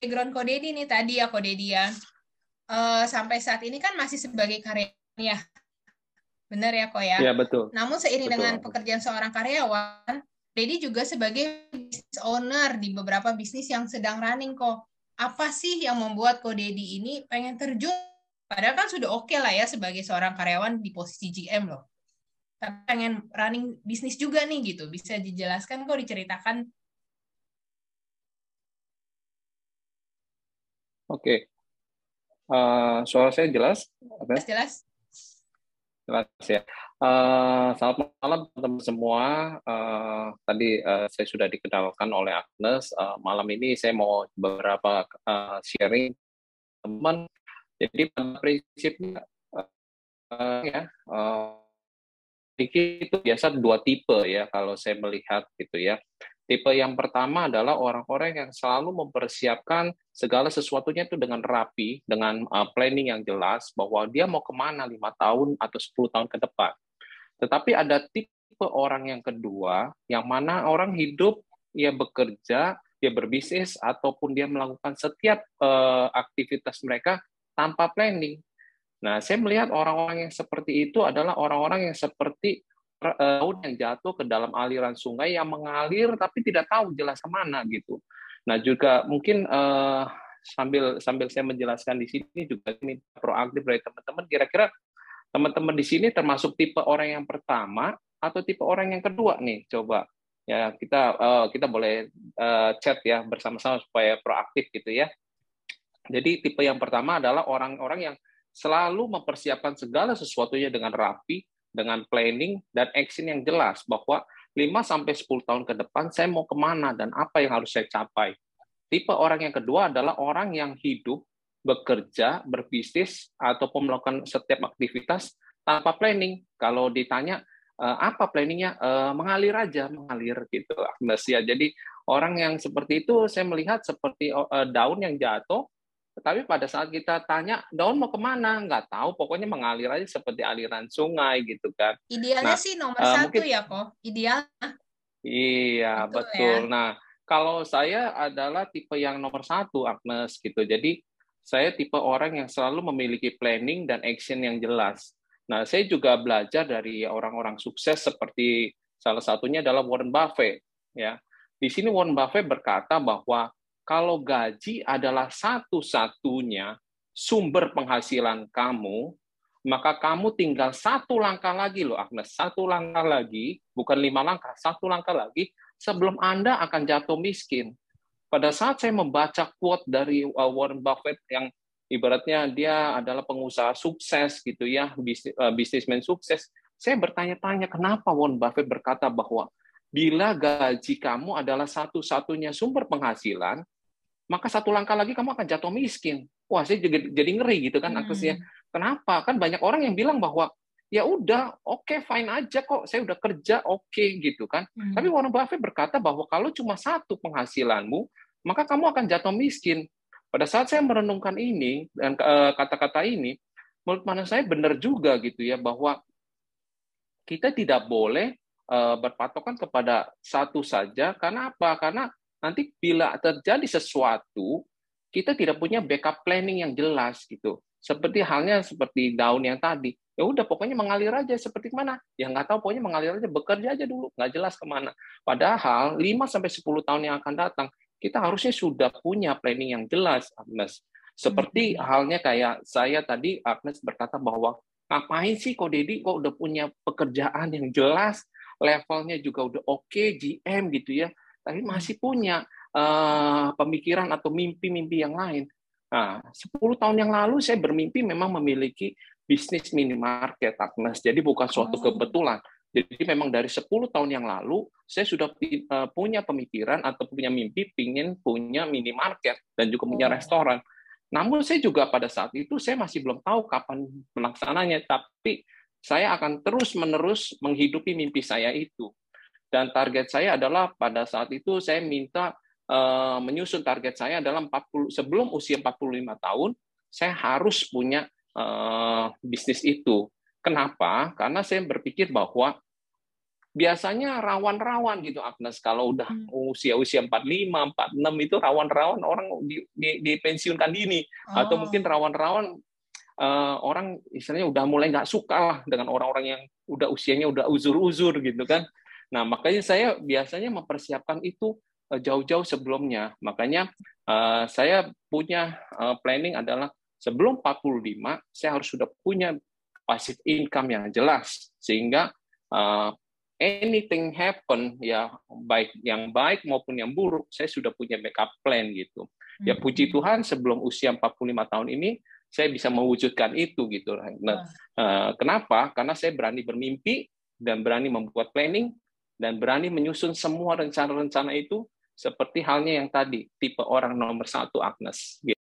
background Ko Dedi nih tadi ya, Ko Dedi ya. Sampai saat ini kan masih sebagai karyawan ya. Benar ya, Ko ya? Iya, betul. Namun seiring Betul. dengan pekerjaan seorang karyawan, Dedi juga sebagai business owner di beberapa bisnis yang sedang running, Ko. Apa sih yang membuat Ko Dedi ini pengen terjun? Padahal kan sudah oke lah ya sebagai seorang karyawan di posisi GM loh. Tapi pengen running bisnis juga nih gitu. Bisa dijelaskan kok, diceritakan? Oke. Suara saya jelas? Jelas. Jelas ya. Selamat malam teman-teman semua. Tadi saya sudah dikenalkan oleh Agnes. Malam ini saya mau beberapa sharing teman. Jadi pada prinsipnya ya, itu biasa dua tipe ya kalau saya melihat gitu ya. Tipe yang pertama adalah orang-orang yang selalu mempersiapkan segala sesuatunya itu dengan rapi, dengan planning yang jelas bahwa dia mau kemana 5 tahun atau 10 tahun ke depan. Tetapi ada tipe orang yang kedua, yang mana orang hidup, dia bekerja, dia berbisnis, ataupun dia melakukan setiap aktivitas mereka tanpa planning. Nah, saya melihat orang-orang yang seperti itu adalah orang-orang yang seperti daun yang jatuh ke dalam aliran sungai yang mengalir tapi tidak tahu jelas kemana gitu. Nah, juga mungkin sambil saya menjelaskan di sini juga minta proaktif dari teman-teman. Kira-kira teman-teman di sini termasuk tipe orang yang pertama atau tipe orang yang kedua nih? Coba ya kita boleh chat ya bersama-sama supaya proaktif gitu ya. Jadi tipe yang pertama adalah orang-orang yang selalu mempersiapkan segala sesuatunya dengan rapi, dengan planning, dan action yang jelas bahwa 5-10 tahun ke depan saya mau kemana dan apa yang harus saya capai. Tipe orang yang kedua adalah orang yang hidup, bekerja, berbisnis, ataupun melakukan setiap aktivitas tanpa planning. Kalau ditanya, apa planningnya? Mengalir aja, mengalir gitu, Agnes ya. Jadi orang yang seperti itu saya melihat seperti daun yang jatuh, tapi pada saat kita tanya, daun mau kemana? Nggak tahu, pokoknya mengalir aja seperti aliran sungai gitu kan. Idealnya Nah, sih nomor satu mungkin ya, kok. Ideal. iya Betul betul. ya. Nah, kalau saya adalah tipe yang nomor satu, Agnes gitu. Jadi saya tipe orang yang selalu memiliki planning dan action yang jelas. Nah, saya juga belajar dari orang-orang sukses seperti salah satunya adalah Warren Buffett. Ya, di sini Warren Buffett berkata bahwa kalau gaji adalah satu-satunya sumber penghasilan kamu, maka kamu tinggal satu langkah lagi loh, Agnes. Satu langkah lagi, bukan 5 langkah, satu langkah lagi sebelum Anda akan jatuh miskin. Pada saat saya membaca quote dari Warren Buffett yang ibaratnya dia adalah pengusaha sukses gitu ya, bisnismen sukses, saya bertanya-tanya kenapa Warren Buffett berkata bahwa bila gaji kamu adalah satu-satunya sumber penghasilan, maka satu langkah lagi kamu akan jatuh miskin. Wah, saya jadi ngeri gitu kan aksesnya. Kenapa? Kan banyak orang yang bilang bahwa ya udah, oke, fine aja kok, saya udah kerja, oke gitu kan. Tapi Warren Buffett berkata bahwa kalau cuma satu penghasilanmu, maka kamu akan jatuh miskin. Pada saat saya merenungkan ini dan kata-kata ini, menurut mana saya benar juga gitu ya bahwa kita tidak boleh berpatokan kepada satu saja. Karena apa? Karena nanti bila terjadi sesuatu, kita tidak punya backup planning yang jelas gitu. Seperti halnya seperti daun yang tadi. Ya udah pokoknya mengalir aja seperti mana? Ya nggak tahu, pokoknya mengalir aja, bekerja aja dulu, nggak jelas kemana. Padahal 5-10 tahun yang akan datang, kita harusnya sudah punya planning yang jelas, Agnes. Seperti halnya kayak saya tadi, Agnes berkata bahwa ngapain sih kok Dedi kok udah punya pekerjaan yang jelas, levelnya juga udah oke, GM gitu ya, tapi masih punya pemikiran atau mimpi-mimpi yang lain. Nah, 10 tahun yang lalu saya bermimpi memang memiliki bisnis minimarket, Agnes. Jadi bukan suatu kebetulan. Jadi memang dari 10 tahun yang lalu saya sudah punya pemikiran atau punya mimpi ingin punya minimarket dan juga punya restoran. Namun saya juga pada saat itu saya masih belum tahu kapan melaksananya, tapi saya akan terus-menerus menghidupi mimpi saya itu. Dan target saya adalah pada saat itu saya minta menyusun target saya adalah sebelum usia 45 tahun, saya harus punya bisnis itu. Kenapa? Karena saya berpikir bahwa biasanya rawan-rawan gitu Agnes. Kalau udah usia-usia 45, 46 itu rawan-rawan orang dipensiunkan dini. Atau mungkin rawan-rawan orang istilahnya udah mulai nggak suka lah dengan orang-orang yang udah usianya udah uzur-uzur gitu kan. Nah, makanya saya biasanya mempersiapkan itu jauh-jauh sebelumnya. Makanya saya punya planning adalah sebelum 45, saya harus sudah punya passive income yang jelas. Sehingga anything happen, ya baik yang baik maupun yang buruk, saya sudah punya backup plan gitu. Ya puji Tuhan sebelum usia 45 tahun ini, saya bisa mewujudkan itu gitu. Nah, kenapa? Karena saya berani bermimpi dan berani membuat planning dan berani menyusun semua rencana-rencana itu seperti halnya yang tadi tipe orang nomor 1 Agnes.